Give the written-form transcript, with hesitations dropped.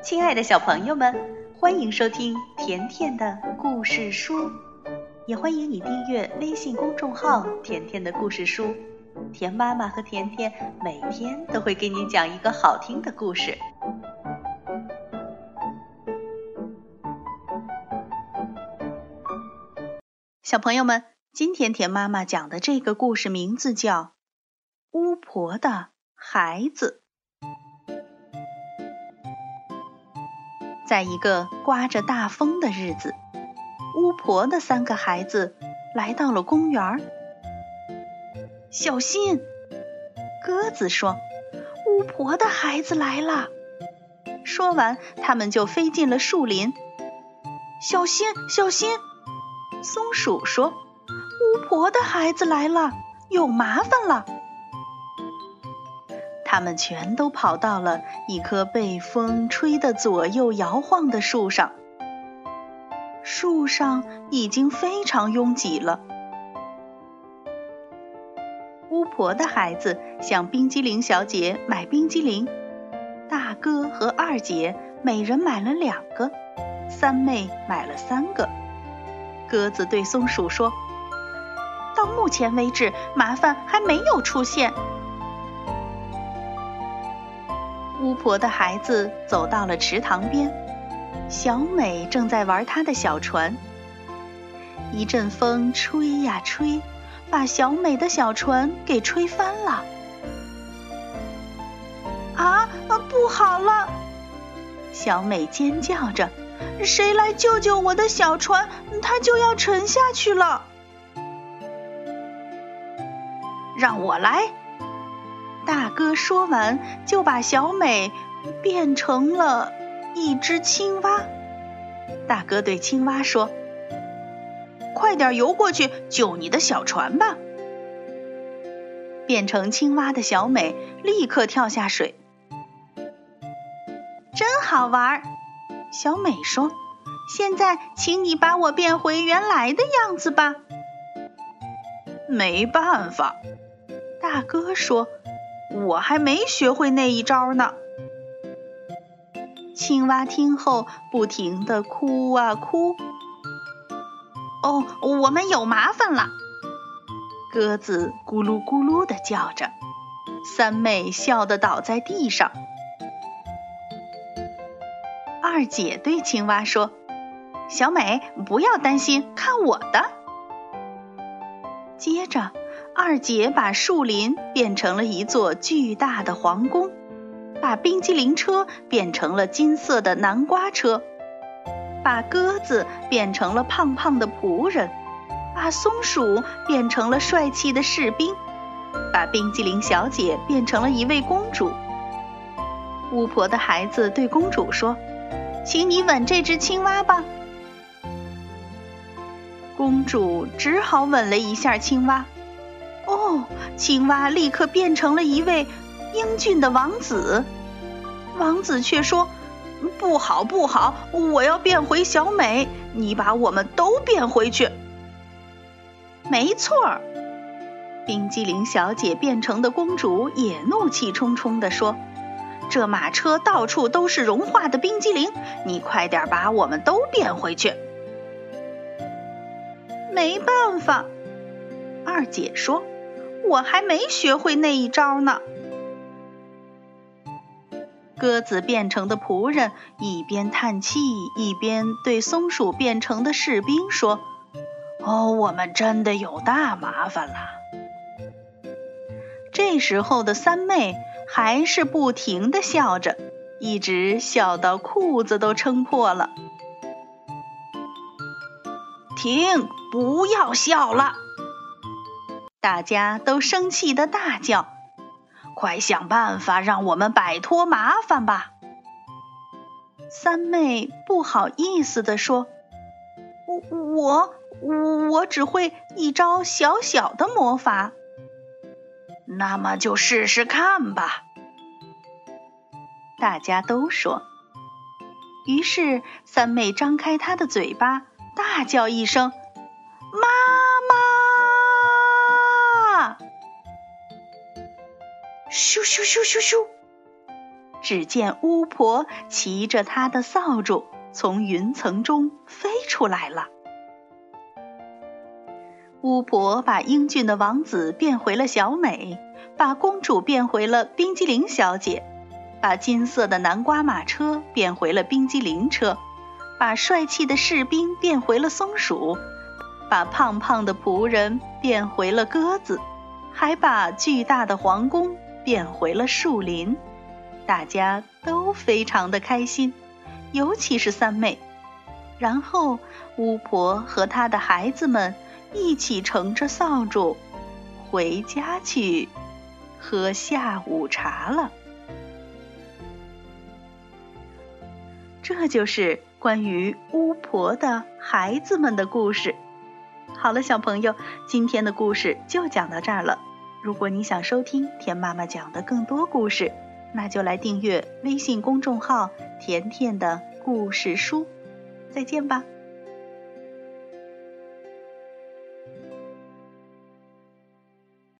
亲爱的小朋友们，欢迎收听甜甜的故事书，也欢迎你订阅微信公众号甜甜的故事书。甜妈妈和甜甜每天都会给你讲一个好听的故事。小朋友们，今天甜妈妈讲的这个故事名字叫《巫婆的孩子》。在一个刮着大风的日子，巫婆的3个孩子来到了公园。小心！鸽子说，巫婆的孩子来了。说完，他们就飞进了树林。小心，小心！松鼠说，巫婆的孩子来了，有麻烦了。他们全都跑到了一棵被风吹得左右摇晃的树上。树上已经非常拥挤了。巫婆的孩子向冰激凌小姐买冰激凌，大哥和二姐每人买了2个，三妹买了3个。鸽子对松鼠说，到目前为止，麻烦还没有出现。巫婆的孩子走到了池塘边，小美正在玩她的小船。一阵风吹呀吹，把小美的小船给吹翻了。不好了！小美尖叫着，谁来救救我的小船，它就要沉下去了。让我来！大哥说完，就把小美变成了一只青蛙。大哥对青蛙说，快点游过去救你的小船吧。变成青蛙的小美立刻跳下水。真好玩！小美说，现在请你把我变回原来的样子吧。没办法，大哥说，我还没学会那一招呢。青蛙听后不停地哭啊哭。我们有麻烦了！鸽子咕噜咕噜地叫着，三妹笑得倒在地上。二姐对青蛙说，小美，不要担心，看我的。接着二姐把树林变成了一座巨大的皇宫，把冰激凌车变成了金色的南瓜车，把鸽子变成了胖胖的仆人，把松鼠变成了帅气的士兵，把冰激凌小姐变成了一位公主。巫婆的孩子对公主说，请你吻这只青蛙吧。公主只好吻了一下青蛙。青蛙立刻变成了一位英俊的王子。王子却说，不好不好，我要变回小美，你把我们都变回去。没错，冰激凌小姐变成的公主也怒气冲冲地说，这马车到处都是融化的冰激凌，你快点把我们都变回去。没办法，二姐说，我还没学会那一招呢。鸽子变成的仆人一边叹气，一边对松鼠变成的士兵说，我们真的有大麻烦了。这时候的三妹还是不停地笑着，一直笑到裤子都撑破了。停，不要笑了！大家都生气地大叫，快想办法让我们摆脱麻烦吧。三妹不好意思地说，我只会一招小小的魔法。那么就试试看吧。大家都说。于是三妹张开她的嘴巴，大叫一声，妈妈！咻咻咻咻咻， 只见巫婆骑着她的扫帚从云层中飞出来了。巫婆把英俊的王子变回了小美，把公主变回了冰激凌小姐，把金色的南瓜马车变回了冰激凌车，把帅气的士兵变回了松鼠，把胖胖的仆人变回了鸽子，还把巨大的皇宫变回了树林。大家都非常的开心，尤其是三妹。然后巫婆和她的孩子们一起乘着扫帚回家去喝下午茶了。这就是关于巫婆的孩子们的故事。好了，小朋友，今天的故事就讲到这儿了。如果你想收听甜妈妈讲的更多故事，那就来订阅微信公众号甜甜的故事书。再见吧。